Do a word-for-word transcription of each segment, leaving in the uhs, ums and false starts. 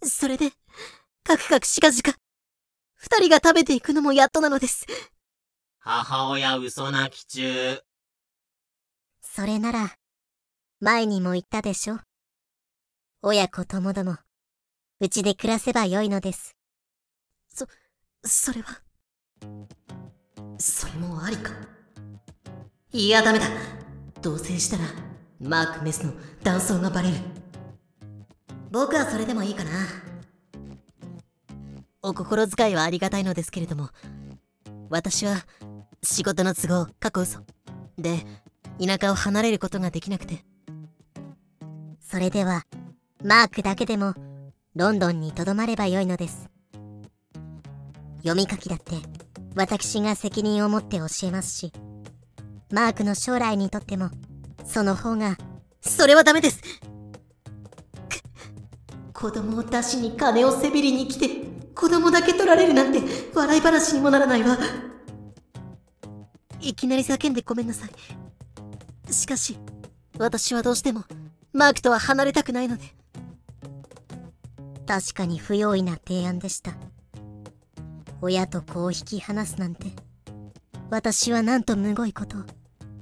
それで、かくかくしかじか、二人が食べていくのもやっとなのです。 母親嘘泣き中。 それなら、前にも言ったでしょ。親子ともども、うちで暮らせばよいのです。 そ、それは。それもありか。いや、ダメだ。同棲したら、マーク・メスの男装がバレる。僕はそれでもいいかな。お心遣いはありがたいのですけれども、私は仕事の都合過去嘘で田舎を離れることができなくて。 それではマークだけでもロンドンにとどまればよいのです。読み書きだって私が責任を持って教えますし、マークの将来にとってもその方が。 それはダメです。子供を出しに金をせびりに来て子供だけ取られるなんて笑い話にもならないわ。いきなり叫んでごめんなさい。しかし私はどうしてもマークとは離れたくないので。 確かに不用意な提案でした。親と子を引き離すなんて、私はなんとむごいことを。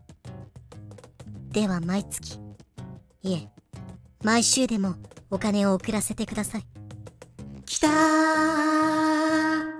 では毎月、いえ毎週でもお金を送らせてください。 きたー。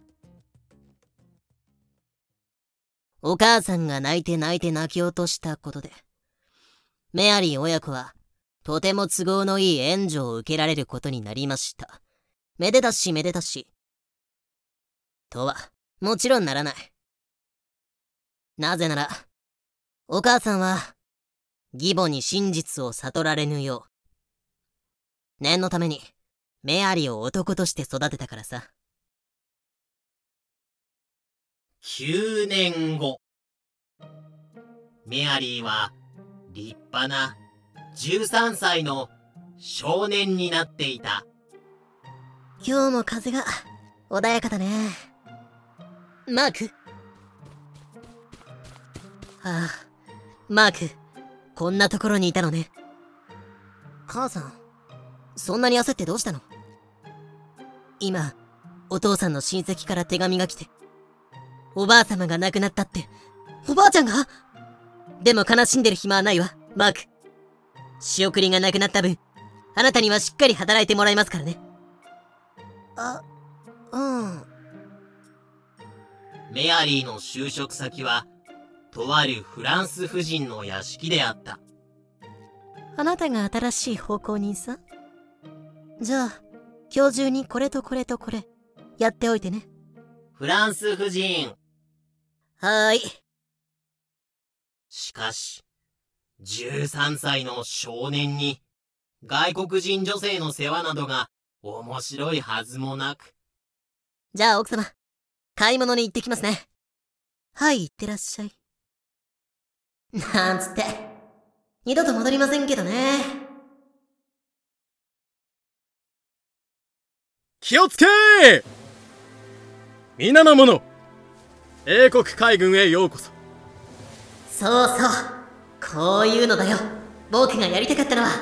お母さんが泣いて泣いて泣き落としたことで、メアリー親子はとても都合のいい援助を受けられることになりました。めでたしめでたし。とはもちろんならない。なぜなら、お母さんは義母に真実を悟られぬよう、念のためにメアリーを男として育てたからさ。 きゅうねんご、メアリーは立派なじゅうさんさいの少年になっていた。 今日も風が穏やかだね。マーク。ああ、マーク、こんなところにいたのね。母さん、そんなに焦ってどうしたの？今、お父さんの親戚から手紙が来て、おばあ様が亡くなったって。おばあちゃんが？でも悲しんでる暇はないわ、マーク。仕送りがなくなった分、あなたにはしっかり働いてもらいますからね。あ、うん。 メアリーの就職先は、とあるフランス婦人の屋敷であった。 あなたが新しい奉公人さ。じゃあ、今日中にこれとこれとこれ、やっておいてね。 フランス婦人。 はーい。 しかし、じゅうさんさいの少年に、外国人女性の世話などが面白いはずもなく。 じゃあ奥様、買い物に行ってきますね。はい、行ってらっしゃい。なんつって、二度と戻りませんけどね。 気をつけー！皆の者、英国海軍へようこそ。 そうそう、こういうのだよ、僕がやりたかったのは。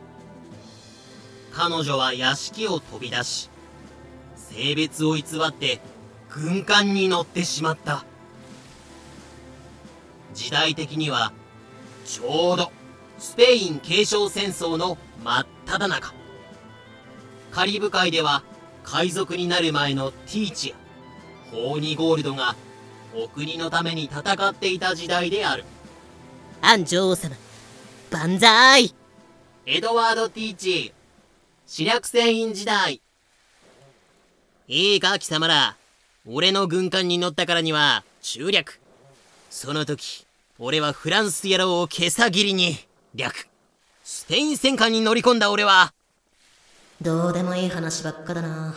彼女は屋敷を飛び出し、性別を偽って軍艦に乗ってしまった。時代的にはちょうどスペイン継承戦争の真っ只中。カリブ海では海賊になる前のティーチやホーニゴールドがお国のために戦っていた時代である。 アン女王様、万歳。 エドワード・ティーチ、シリャク船員時代。いいか貴様ら、俺の軍艦に乗ったからには中略。その時俺はフランス野郎をけさ切りに略。スペイン戦艦に乗り込んだ俺は。 どうでもいい話ばっかだな。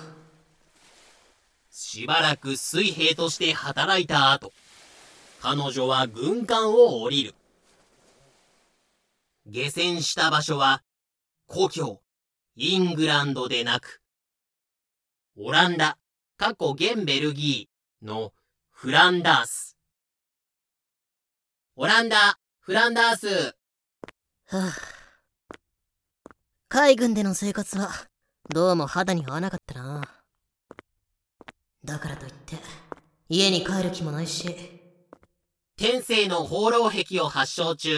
しばらく水兵として働いた後、彼女は軍艦を降りる。下船した場所は故郷イングランドでなく、オランダ過去現ベルギーのフランダース。オランダ、フランダース。 はあ、海軍での生活はどうも肌に合わなかったな。だからといって家に帰る気もないし。 天性の放浪癖を発症中。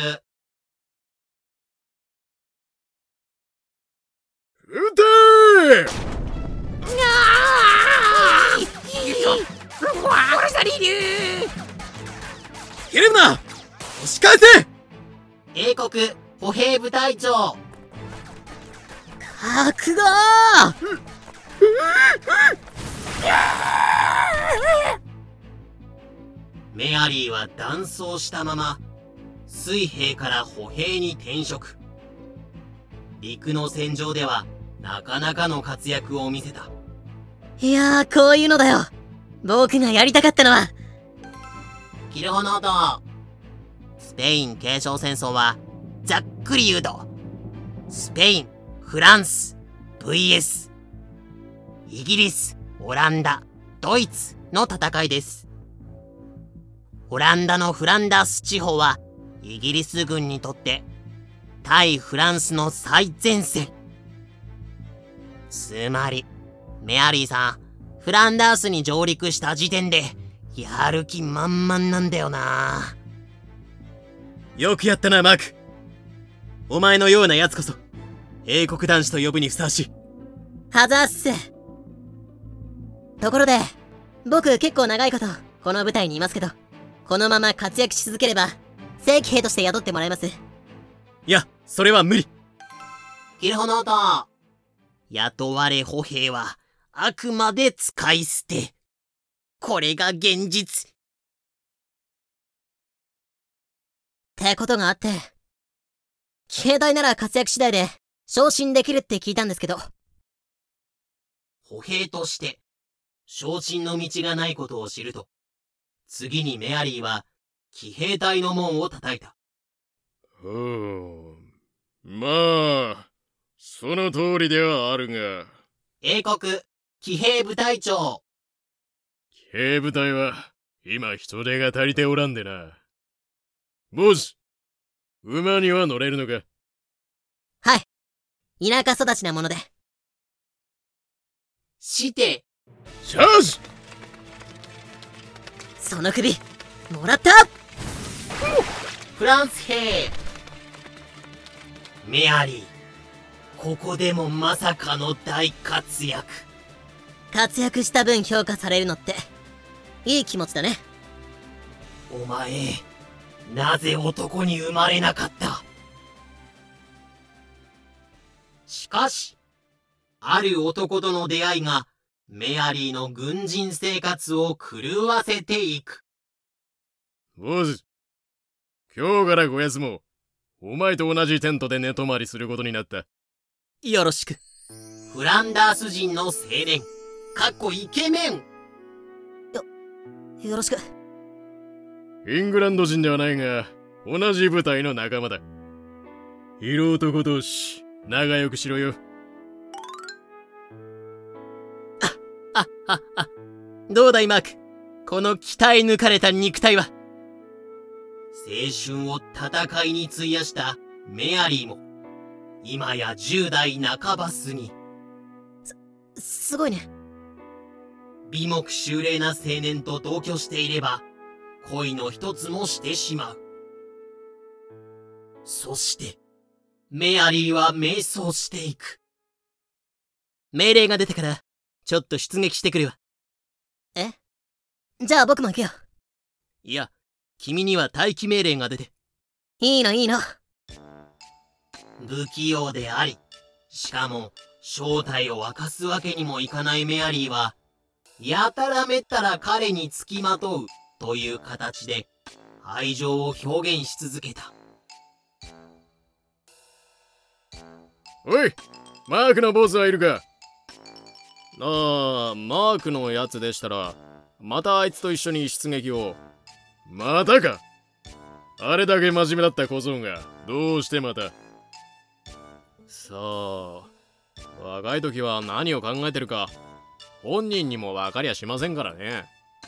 撃てー！ 殺される！ ひるむな！押し返せ！ 英国歩兵部隊長。 覚悟！ メアリーは断層したまま水兵から歩兵に転職。陸の戦場ではなかなかの活躍を見せた。 いやー、こういうのだよ。僕がやりたかったのは。 キルホノート。スペイン継承戦争はざっくり言うとスペイン、フランス ブイエス イギリス、オランダ、ドイツの戦いです。オランダのフランダース地方はイギリス軍にとって対フランスの最前線。つまりメアリーさん、フランダースに上陸した時点でやる気満々なんだよな。 よくやったな、マーク。お前のようなやつこそ英国男子と呼ぶにふさわしい。 はざっす。ところで僕結構長いことこの部隊にいますけど、このまま活躍し続ければ正規兵として雇ってもらえます？ いや、それは無理。 キルホノート。雇われ歩兵はあくまで使い捨て。これが現実。 ってことがあって、騎兵隊なら活躍次第で昇進できるって聞いたんですけど。 歩兵として昇進の道がないことを知ると、次にメアリーは騎兵隊の門を叩いた。 うーん、まあその通りではあるが。 英国騎兵部隊長。 騎兵部隊は今人手が足りておらんでな。ボス、馬には乗れるのか？ はい、田舎育ちなもので。 して、 シャージ！ その首もらった！ フランス兵。メアリー、ここでもまさかの大活躍。 活躍した分評価されるのっていい気持ちだね。 お前、なぜ男に生まれなかった？しかし、ある男との出会いがメアリーの軍人生活を狂わせていく。 ボス、今日からご休もう。お前と同じテントで寝泊まりすることになった。 よろしく。 フランダース人の青年、かっこイケメン。 よ、よろしく。 イングランド人ではないが、同じ部隊の仲間だ。色男同士、仲良くしろよ。 あっあっあ、どうだいマーク、この鍛え抜かれた肉体は。青春を戦いに費やしたメアリーも今やじゅう代半ば過ぎ。 す、すごいね。 美目秀麗な青年と同居していれば恋の一つもしてしまう。そしてメアリーは迷走していく。 命令が出てからちょっと出撃してくるわ。え？じゃあ僕も行くよ。 いや、君には待機命令が出て。 いいのいいの。 不器用であり、しかも正体を明かすわけにもいかないメアリーは、やたらめったら彼につきまとうという形で愛情を表現し続けた。 おい、マークのボスはいるか？ああ、マークのやつでしたら、またあいつと一緒に出撃を。またか？あれだけ真面目だった小僧が、どうしてまた？さあ、若い時は何を考えてるか、本人にも分かりゃしませんからね。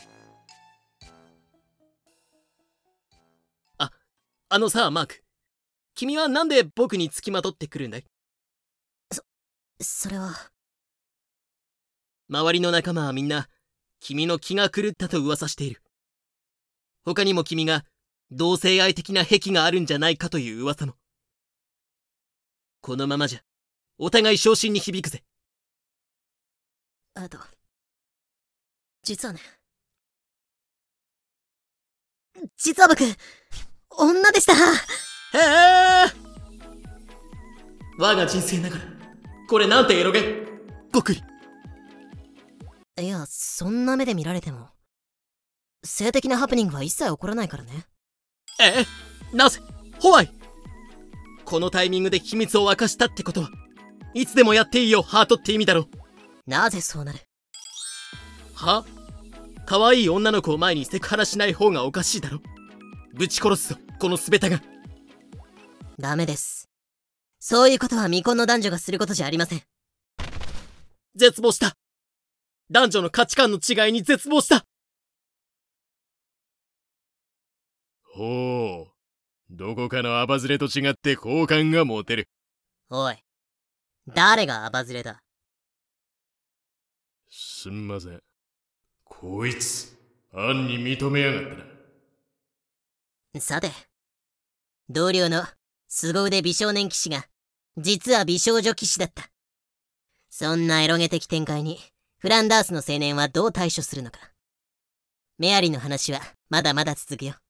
あ、あのさ、マーク。君はなんで僕につきまとってくるんだい？ そ、それは。 周りの仲間はみんな君の気が狂ったと噂している。他にも君が同性愛的な癖があるんじゃないかという噂も。このままじゃお互い昇進に響くぜ。 あと実はね実は僕女でした。 へえ。我が人生ながらこれなんてエロゲ。ごくり。 いや、そんな目で見られても性的なハプニングは一切起こらないからね。 ええ、なぜホワイ。このタイミングで秘密を明かしたってことはいつでもやっていいよハートって意味だろ。 なぜそうなる。 は？可愛い女の子を前にセクハラしない方がおかしいだろ。ぶち殺すぞこのスベタが。 ダメです。そういうことは未婚の男女がすることじゃありません。 絶望した。男女の価値観の違いに絶望した。 ほう、どこかのアバズレと違って好感が持てる。 おい、誰がアバズレだ。 すんません。こいつ暗に認めやがったな。 さて、同僚の凄腕美少年騎士が実は美少女騎士だった。そんなエロゲ的展開にフランダースの青年はどう対処するのか。メアリの話はまだまだ続くよ。